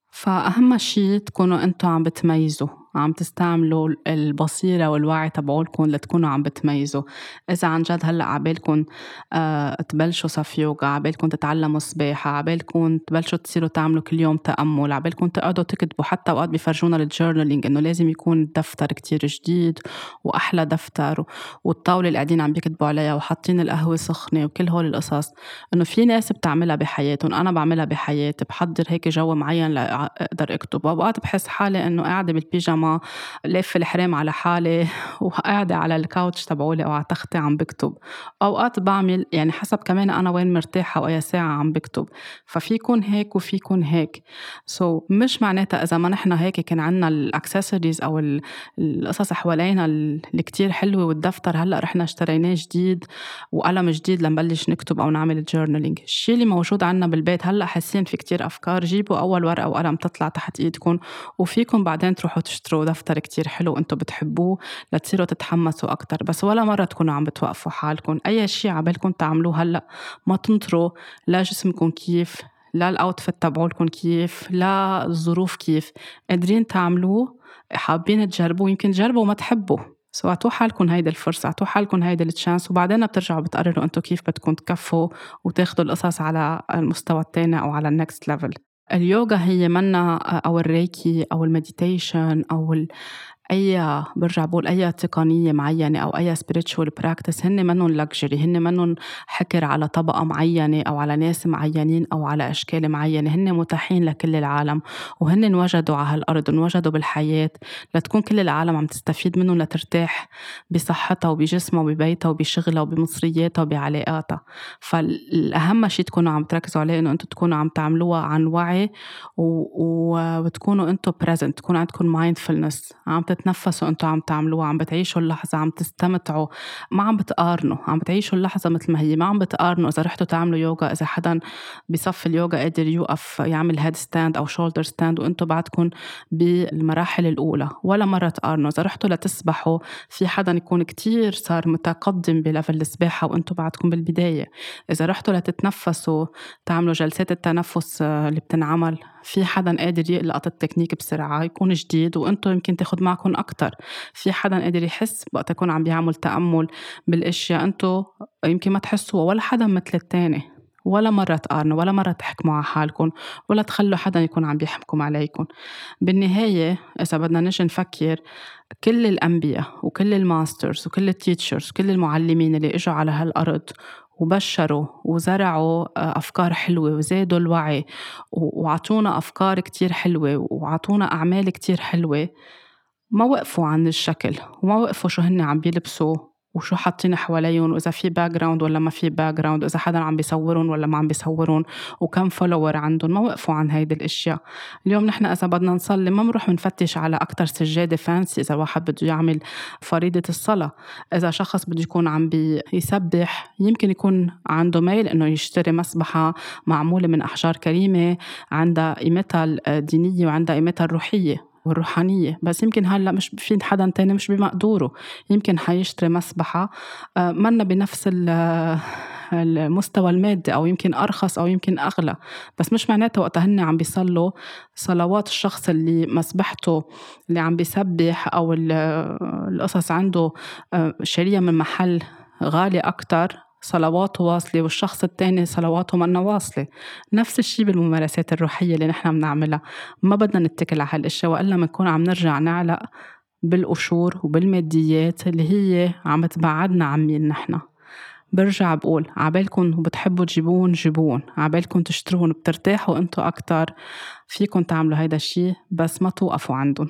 Speaker 1: فأهم شي تكونوا أنتوا عم بتميزوا، عم تستعملوا البصيرة والوعي تبعولكم لتكونوا عم بتميزوا. إذا عن جد هلأ عبالكم آه تبلشوا صف يوغا، عبالكم تتعلموا سباحة، عبالكم تبلشوا تصيروا تعملوا كل يوم تأمل، عبالكم تقعدوا تكتبوا، حتى وقت بيفرجونا الجورنالينج إنه لازم يكون دفتر كتير جديد وأحلى دفتر، والطاولة اللي قاعدين عم بيكتبوا عليها وحاطين القهوة سخنة وكل هول القصص. إنه في ناس بتعملها بحياتهم، أنا بعملها بحياتي، بحضر هيك جو معين لأقدر أكتب. وأوقات بحس حالي إنه قاعدة بالبيجاما لف الحرام على حالي وقاعدة على الكاوتش تبعولي أو على تختي عم بكتب. أوقات بعمل يعني حسب كمان أنا وين مرتاحة وأي ساعة عم بكتب، ففيكون هيك وفيكون هيك. سو so, مش معناتها إذا ما نحن هيك كان عنا الأكسسوارز أو ال- القصص حوالينا اللي كتير حلوة والدفتر هلأ رحنا اشتريناه جديد وقلم جديد لنبلش نكتب أو نعمل الجورنالينج. الشي اللي موجود عنا بالبيت هلأ حاسين في كتير أفكار، جيبوا أول ورقة وقلم تطلع تحت إيدكم، وفيكم بعدين تروحوا تشتروا دفتر كتير حلو أنتوا بتحبوه لتصيروا تتحمسوا أكتر. بس ولا مرة تكونوا عم بتوقفوا حالكم، أي شي عبالكم تعملوه هلأ ما تنطروا لا جسمكم كيف، لا الأوتفيت تبعولكم كيف، لا الظروف كيف، قادرين تعملوه، حابين تجربوا، يمكن تجربوا وما تحبوا. سو اعطوا حالكم هيدي الفرصة، اعطوا حالكم هيدي التشانس، وبعدين بترجعوا بتقرروا انتوا كيف بدكم تكفوا وتاخدوا القصص على المستوى التاني أو على النكست ليفل. اليوغا هي منا أو الريكي أو المديتيشن أو ال أي برجع بقول أي تقنية معينة أو أي spiritual practice هن منن luxury، هن منن حكر على طبقة معينة أو على ناس معينين أو على أشكال معينة، هن متاحين لكل العالم وهن انوجدوا على هالأرض، انوجدوا بالحياة لتكون كل العالم عم تستفيد منهم لترتاح بصحتها وبجسمها وببيتها وبشغلها وبمصرياتها وبعلاقاتها. فالأهم شيء تكونوا عم تركزوا عليه إنه أنتوا تكونوا عم تعملوها عن وعي و... وتكونوا أنتوا present، تكون عندكم mindfulness، عم تتنفسوا أنتوا عم تعملوها، عم بتعيشوا اللحظة، عم تستمتعوا، ما عم بتقارنوا، عم بتعيشوا اللحظة مثل ما هي، ما عم بتقارنوا. إذا رحتوا تعملوا يوغا، إذا حدا بصف اليوغا قادر يوقف يعمل هيد ستاند أو شولدر ستاند وأنتوا بعدكم بالمراحل الأولى، ولا مرة تقارنوا. إذا رحتوا لتسبحوا، في حدا يكون كتير صار متقدم بليفل السباحة وأنتوا بعدكم بالبداية. إذا رحتوا لتتنفسوا تعملوا جلسات التنفس اللي بتنعمل، في حدا قادر يلقط التكنيك بسرعة يكون جديد وأنتوا يمكن تاخد معكم أكتر. في حدا قادر يحس وقت يكون عم بيعمل تأمل بالأشياء أنتوا يمكن ما تحسوا، ولا حدا مثل التاني. ولا مرة تقارنوا، ولا مرة تحكموا على حالكم، ولا تخلوا حدا يكون عم بيحكم عليكم. بالنهاية إذا بدنا نجي نفكر، كل الأنبياء وكل الماسترز وكل التيتشرز وكل المعلمين اللي إجوا على هالأرض وبشروا وزرعوا أفكار حلوة وزادوا الوعي وعطونا أفكار كتير حلوة وعطونا أعمال كتير حلوة، ما وقفوا عن الشكل وما وقفوا شو هن عم بيلبسوا وشو حاطين حواليهم، وإذا في باك جراوند ولا ما في باك جراوند، وإذا حدا عم بيصورون ولا ما عم بيصورون، وكم فولور عندهم. ما وقفوا عن هيدي الأشياء. اليوم نحن إذا بدنا نصلي ما بنروح نفتش على أكتر سجادة فانسي إذا واحد بده يعمل فريضة الصلاة. إذا شخص بده يكون عم بيسبح يمكن يكون عنده ميل إنه يشتري مسبحة معمولة من أحجار كريمة عندها قيمتها الدينية وعندها قيمتها الروحية والروحانية، بس يمكن هلأ مش في حدا تاني مش بمقدوره، يمكن حيشتري مسبحة منا بنفس المستوى المادي، أو يمكن أرخص أو يمكن أغلى، بس مش معناته وقتها هن عم بيصلوا صلوات الشخص اللي مسبحته اللي عم بيسبح أو القصص عنده شارية من محل غالي أكتر صلواته واصلة والشخص التاني صلواته منا واصلة. نفس الشي بالممارسات الروحية اللي نحن بنعملها، ما بدنا نتكل على هالاشياء وإلا منكون عم نرجع نعلق بالقشور وبالماديات اللي هي عم تبعدنا عن مين نحن. برجع بقول عبالكم وبتحبوا تجيبون جيبون، عبالكم تشترون بترتاحوا انتو أكتر، فيكم تعملوا هيدا الشي بس ما توقفوا عندهم.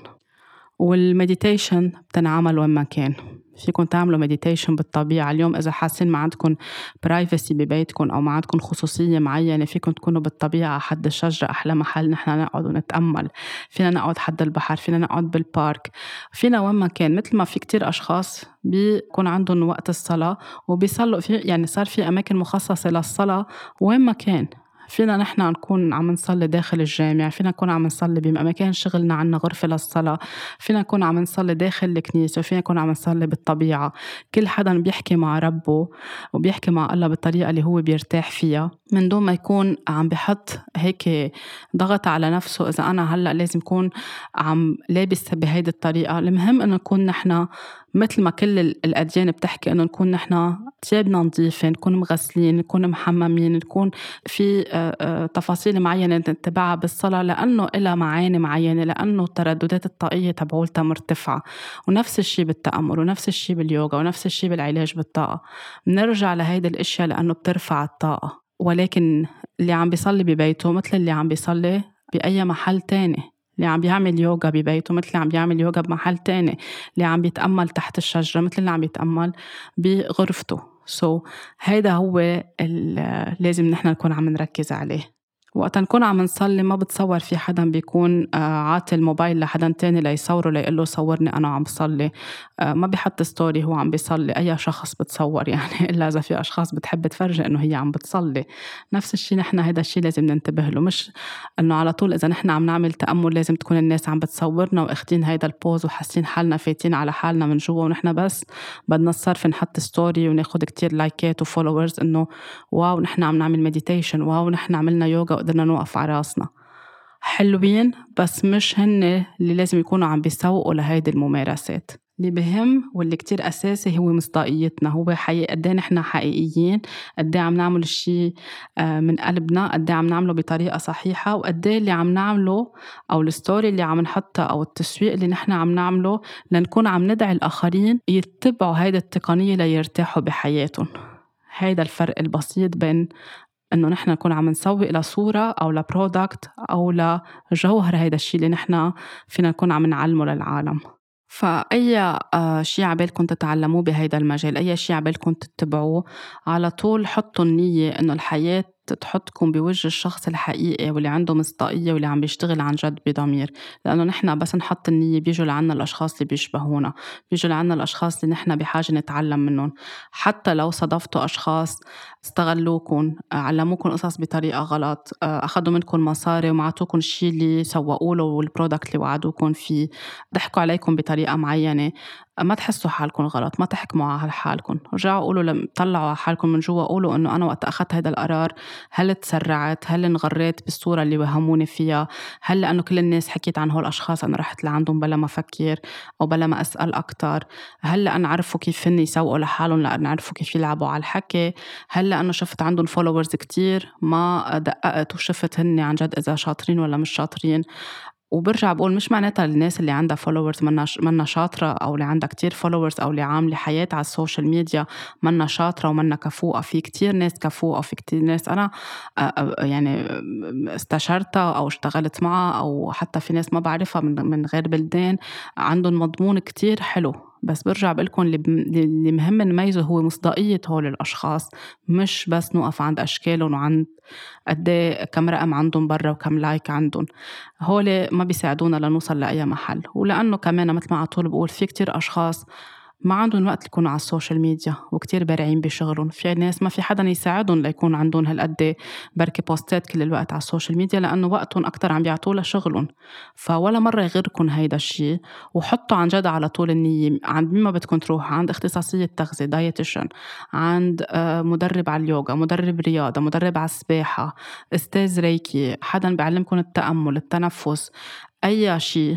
Speaker 1: والمديتيشن بتنعمل وين ما كان، فيكم تعملوا مديتيشن بالطبيعة. اليوم إذا حاسين ما عندكم برايفسي ببيتكم أو ما عندكم خصوصية معينة، فيكم تكونوا بالطبيعة حد الشجرة أحلى محل نحن نقعد ونتأمل، فينا نقعد حد البحر، فينا نقعد بالبارك، فينا وين ما كان. مثل ما في كتير أشخاص بيكون عندهم وقت الصلاة وبيصلوا في، يعني صار في أماكن مخصصة للصلاة وين ما كان. فينا نحن نكون عم نصلي داخل الجامع، فينا نكون عم نصلي بمكان شغلنا عنا غرفة للصلاة، فينا نكون عم نصلي داخل الكنيسة، وفينا نكون عم نصلي بالطبيعة. كل حدا بيحكي مع ربه وبيحكي مع الله بالطريقة اللي هو بيرتاح فيها، من دون ما يكون عم بحط هيك ضغط على نفسه إذا أنا هلأ لازم يكون عم لابس بهيدي الطريقة. المهم إنه نكون نحن مثل ما كل الأديان بتحكي إنه نكون نحن ثيابنا نظيفة، نكون مغسلين، نكون محممين، نكون في تفاصيل معينة نتبعها بالصلاة لأنه إلها معاني معينة، لأنه الترددات الطاقية تبعولتها مرتفعة. ونفس الشيء بالتأمل، ونفس الشيء باليوغا، ونفس الشيء بالعلاج بالطاقة. بنرجع لهيدا الأشياء لأنه بترفع الطاقة. ولكن اللي عم بيصلي ببيته مثل اللي عم بيصلي بأي محل تاني، اللي عم بيعمل يوغا ببيته مثل اللي عم بيعمل يوغا بمحل تاني، اللي عم بيتأمل تحت الشجرة مثل اللي عم بيتأمل بغرفته. سو so, هيدا هو لازم نحن نكون عم نركز عليه. وقت نكون عم نصلي ما بتصور في حدا بيكون عاطي الموبايل لحدا تاني ليصوره ليقله صورني أنا عم بصلي. ما بيحط ستوري هو عم بيصلي. أي شخص بتصور يعني إلا إذا في أشخاص بتحب تفرجي إنه هي عم بتصلي. نفس الشيء نحن هيدا الشيء لازم ننتبه له، مش إنه على طول إذا نحن عم نعمل تأمل لازم تكون الناس عم بتصورنا وأخدين هيدا البوز وحاسين حالنا فايتين على حالنا من جوا، ونحن بس بدنا الصرف نحط ستوري وناخد كتير لايكات وفولورز إنه واو نحن عم نعمل مديتيشن، واو نحن عملنا يوغا وقدرنا نوقف على راسنا. حلوين بس مش هن اللي لازم يكونوا عم بيسوقوا لهيدي الممارسات. اللي بهم واللي كتير أساسي هو مصداقيتنا، هو حقيقة قديه نحن حقيقيين، قديه عم نعمل الشيء من قلبنا، قديه عم نعمله بطريقة صحيحة، وقديه اللي عم نعمله أو الستوري اللي عم نحطها أو التسويق اللي نحن عم نعمله لنكون عم ندعي الآخرين يتبعوا هيدا التقنية ليرتاحوا بحياتهم. هيدا الفرق البسيط بين إنه نحن نكون عم نسوق لصورة أو لبرودكت أو لجوهر هيدا الشيء اللي نحن فينا نكون عم نعلمه للعالم. فأي شيء عبالكم تتعلموه بهيدا المجال، أي شيء عبالكم تتبعوه، على طول حطوا النية إنه الحياة تحطكم بوجه الشخص الحقيقي واللي عنده مصداقية واللي عم بيشتغل عن جد بضمير. لأنه نحن بس نحط النية بيجوا لعنا الأشخاص اللي بيشبهونا، بيجوا لعنا الأشخاص اللي نحن بحاجة نتعلم منهم. حتى لو صادفتوا أشخاص استغلوكم، علموكم قصص بطريقة غلط، أخذوا منكم مصاري وما عطوكم الشيء اللي سوقوا له والبرودكت اللي وعدوكم فيه، ضحكوا عليكم بطريقة معينة، ما تحسّوا حالكم غلط، ما تحكموا على حالكم، رجعوا قولوا لم طلّعوا على حالكم من جوا، قولوا إنه أنا وقت أخدت هيدا القرار هل تسرعت، هل انغريت بالصورة اللي وهموني فيها، هل لأنه كل الناس حكيت عن هول الأشخاص أنا رحت لعندهم بلا ما أفكر أو بلا ما أسأل أكتر، هل لأن عرفوا كيف هن يسوقوا لحالهم لأن عرفوا كيف يلعبوا على الحكي، هل لأنه شفت عندهم followers كتير ما دققت وشفت هن عن جد إذا شاطرين ولا مش شاطرين. وبرجع بقول مش معناتها الناس اللي عندها followers منا منا شاطرة، أو اللي عندها كتير followers أو اللي عاملة حياة على السوشيال ميديا منا شاطرة ومنا كفوقة. في كتير ناس كفوقة وفي كتير ناس أنا آه، آه، يعني استشرتها أو اشتغلت معها، أو حتى في ناس ما بعرفها من من غير بلدان عندهم مضمون كتير حلو. بس برجع بقولكم اللي بم- اللي مهم نميزه هو مصداقية هول الأشخاص، مش بس نوقف عند أشكالهم وعند قد إيه كم رقم عندهم برا وكم لايك عندهم. هول ما بيساعدونا لنوصل لأي محل. ولأنه كمان مثل ما على طول بقول في كتير أشخاص ما عندهم وقت يكونوا على السوشيال ميديا وكتير بارعين بشغلهم. في ناس ما في حدا يساعدهم ليكون عندهم هالقد بركة بوستات كل الوقت على السوشيال ميديا، لأنه وقتهم أكتر عم بيعطوه لشغلهم. فولا مرة يغركن هيدا الشي، وحطوا عن جد على طول النية عند مين ما بدكم تروحوا، عند اختصاصية تغذية دايتيشن، عند آه، مدرب على اليوغا، مدرب رياضة، مدرب على السباحة، استاذ ريكي، حدا بيعلمكم التأمل، التنفس، أي شي.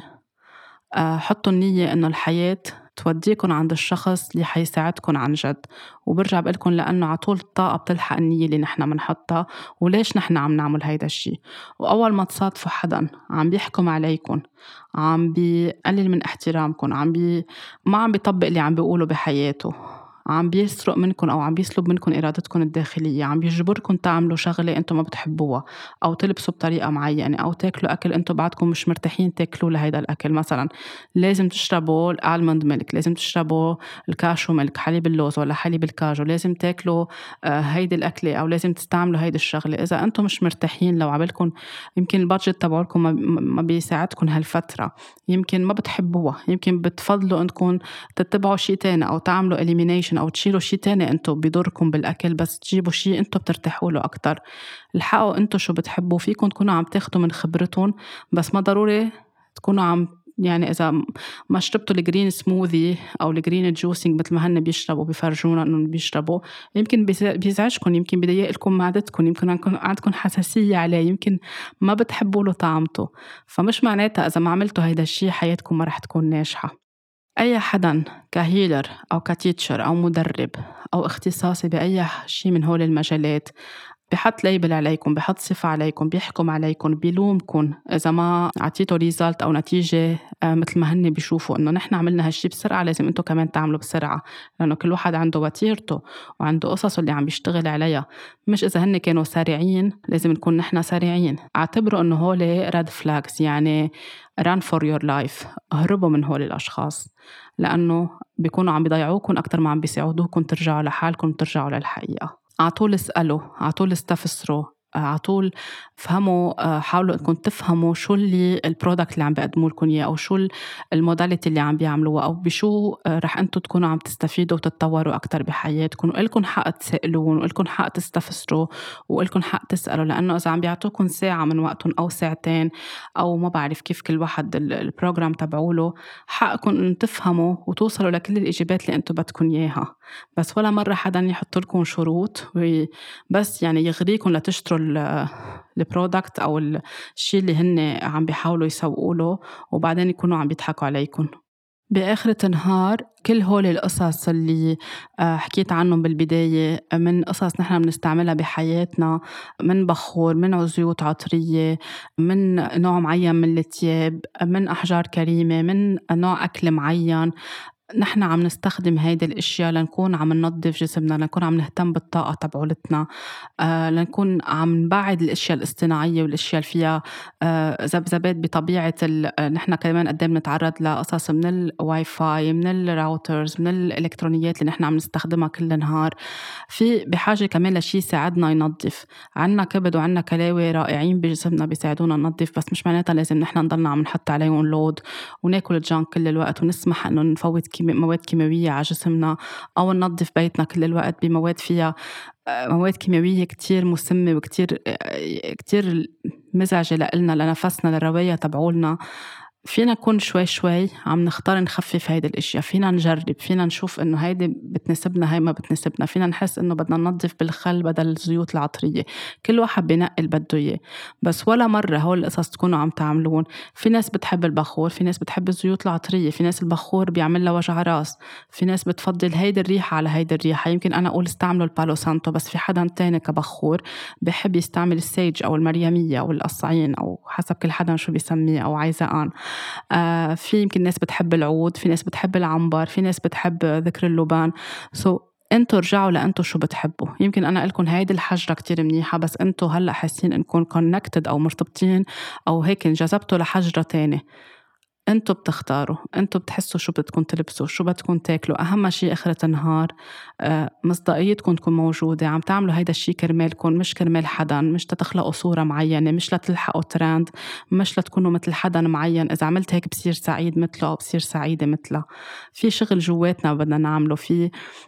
Speaker 1: آه، حطوا النية إنه الحياة توديكن عند الشخص اللي حيساعدكن عن جد. وبرجع بقولكن لأنه عطول الطاقة بتلحق النية اللي نحنا منحطها، وليش نحنا عم نعمل هيدا الشي. وأول ما تصادفوا حدا عم بيحكم عليكن، عم بيقلل من احترامكن، عم بي ما عم بيطبق اللي عم بيقوله بحياته، عم بيسرق منكن أو عم بيسلب منكن إرادتكن الداخلية، عم بيجبركن تعملوا شغلة أنتم ما بتحبوها، أو تلبسوا بطريقة معينة، أو تاكلوا أكل أنتم بعدكم مش مرتاحين تاكلوا لهيدا الأكل. مثلا لازم تشربوا الالموند ميلك، لازم تشربوا الكاشو ميلك، حليب اللوز ولا حليب الكاجو، لازم تاكلوا آه، هيدي الأكلة، أو لازم تستعملوا هيدي الشغلة. إذا أنتم مش مرتاحين، لو عبالكم يمكن البادجت تبعولكم ما ما بيساعدكم هالفترة، يمكن ما بتحبوها، يمكن بتفضلوا أنكم تتبعوا شي تاني أو تعملوا elimination أو تشيلوا شي تاني أنتم بيضركم بالأكل، بس تجيبوا شي أنتم بترتاحوا له أكتر. الحقوا أنتم شو بتحبوا، فيكم تكونوا عم تاخدوا من خبرتهم، بس ما ضروري تكونوا عم يعني إذا ما شربتوا الجرين سموذي أو الجرين جوسينج مثل ما هن بيشربوا بيفرجونا إنهم بيشربوا، يمكن بيز- بيزعجكم، يمكن بيضايقلكم معدتكم، يمكن عندكم عندكم حساسية عليه، يمكن ما بتحبوا له طعمته. فمش معناتها إذا ما عملتوا هيدا الشي حياتكم ما رح تكون ناجحة. أي حدا كهيلر أو كتيتشر أو مدرب أو اختصاصي بأي شي من هول المجالات بحط ليبل عليكم، بحط صفة عليكم، بيحكم عليكم، بيلومكم إذا ما عطيتوا ريزالت أو نتيجة آه، مثل ما هن بيشوفوا إنه نحن عملنا هالشي بسرعة، لازم أنتوا كمان تعملوا بسرعة، لأنه كل واحد عنده وتيرته وعنده قصصه اللي عم بيشتغل عليها. مش إذا هن كانوا سارعين لازم نكون نحن سارعين. اعتبروا إنه هول ريد فلاجز، يعني run for your life. اهربوا من هول الأشخاص، لأنه بيكونوا عم بيضيعوكم أكتر ما عم بيساعدوكم ترجعوا لحالكم وترجعوا للحقيقة. عطول اسألوا، عطول استفسروا، عطول فهموا، آه، حاولوا انكم تفهموا شو اللي البرودكت اللي عم بيقدموا لكم اياه، او شو الموداليتي اللي عم بيعملوها، او بشو آه، رح انتم تكونوا عم تستفيدوا وتتطوروا اكثر بحياتكم. ولكم حق تسألون، ولكم حق تستفسروا، ولكم حق تسألوا، لانه اذا عم بيعطوكم ساعة من وقتهم او ساعتين، او ما بعرف كيف كل واحد ال- البروجرام تبعوله، حقكم ان تفهموا وتوصلوا لكل الاجابات اللي انتم بدكم اياها. بس ولا مرة حدا يحط لكم شروط بس يعني يغريكم لتشتروا ال- البرودكت أو الشيء اللي هن عم بيحاولوا يسوقوا له، وبعدين يكونوا عم بيضحكوا عليكم. بآخرة النهار كل هول القصص اللي آه، حكيت عنهم بالبداية، من قصص نحن بنستعملها بحياتنا، من بخور، من زيوت عطرية، من نوع معين من الثياب، من أحجار كريمة، من نوع أكل معين، نحن عم نستخدم هيدي الاشياء لنكون عم ننظف جسمنا، لنكون عم نهتم بالطاقة تبعولتنا، آه لنكون عم نبعد الاشياء الاصطناعية والاشياء اللي فيها آه ذبذبات بطبيعة ال... آه، نحن كمان قد ايه بنتعرض لقصص من الواي فاي، من الراوترز، من الالكترونيات اللي نحن عم نستخدمها كل نهار. في بحاجة كمان لشي يساعدنا ينظف. عنا كبد وعنا كلاوي رائعين بجسمنا بيساعدونا ننظف، بس مش معناتها لازم نحن نضلنا عم نحط عليهم لود وناكل جانك كل الوقت، ونسمح انه نفوت كيمي... مواد كيماوية على جسمنا، او ننظف بيتنا كل الوقت بمواد فيها آه، مواد كيماوية كتير مسمة وكتير آه، كتير مزعجة لإلنا، لنفسنا، للرواية تبعولنا. فينا نكون شوي شوي عم نختار نخفف هيدي الاشياء، فينا نجرب، فينا نشوف انه هيدي بتناسبنا هاي ما بتناسبنا، فينا نحس انه بدنا ننظف بالخل بدل الزيوت العطرية. كل واحد بينقي اللي بده اياه، بس ولا مرة هول القصص تكونوا عم تعملون. في ناس بتحب البخور، في ناس بتحب الزيوت العطرية، في ناس البخور بيعمل لها وجع راس، في ناس بتفضل هيدي الريحة على هيدي الريحة. يمكن انا اقول استعملوا البالو سانتو، بس في حدا تاني كبخور بحب يستعمل السيج او المريمية او القصعين، او حسب كل حدا شو بيسميه، او عيزقان. آه في يمكن ناس بتحب العود، في ناس بتحب العنبر، في ناس بتحب ذكر اللبان. سو so, انتوا رجعوا لانتوا شو بتحبوا. يمكن انا قلكن هيدي الحجرة كتير منيحة، بس انتوا هلأ حاسين انكم connected او مرتبطين او هيك انجذبتوا لحجرة تانية. انتوا بتختاروا، انتوا بتحسوا شو بدكم تلبسوا، شو بدكم تاكلوا. اهم شيء اخرة النهار آه مصداقيتكم تكون موجودة. عم تعملوا هيدا الشيء كرمالكم، مش كرمال حدا، مش تتخلقوا صورة معينة، مش لتلحقوا ترند، مش لتكونوا مثل حدا معين. اذا عملت هيك بصير سعيد مثله او بصير سعيدة مثله. في شغل جواتنا بدنا نعمله، في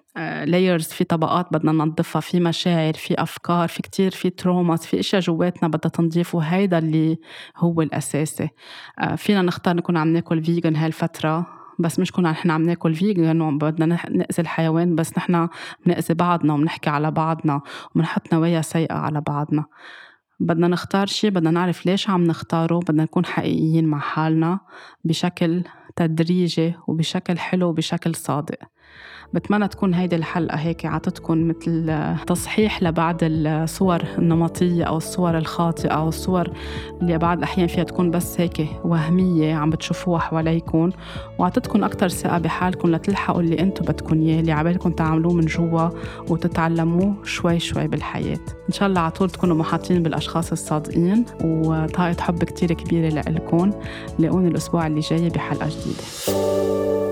Speaker 1: لايرز، في طبقات بدنا ننظفها، في مشاعر، في أفكار، في كتير، في تروماس، في إشياء جواتنا بدها تنظيف، وهيدا اللي هو الأساسي. فينا نختار نكون عم ناكل فيجن هالفترة، بس مش كنا نحن عم ناكل فيجن وبدنا نأذي الحيوان، بس نحن بنأذي بعضنا وبنحكي على بعضنا وبنحط نوايا سيئة على بعضنا. بدنا نختار شيء، بدنا نعرف ليش عم نختاره، بدنا نكون حقيقيين مع حالنا بشكل تدريجي وبشكل حلو وبشكل صادق. بتمنى تكون هيدي الحلقة هيك عطتكم مثل تصحيح لبعض الصور النمطية أو الصور الخاطئة أو الصور اللي بعض الأحيان فيها تكون بس هيك وهمية عم بتشوفوها حواليكم، وعطتكم أكتر ثقة بحالكم لتلحقوا اللي أنتم بدكم إياه، اللي عبالكم تعملوه من جوا وتتعلموه شوي شوي بالحياة. إن شاء الله عطول تكونوا محاطين بالأشخاص الصادقين، وطاقة حب كتير كبيرة لإلكم. لاقوني الأسبوع اللي جاي بحلقة جديدة.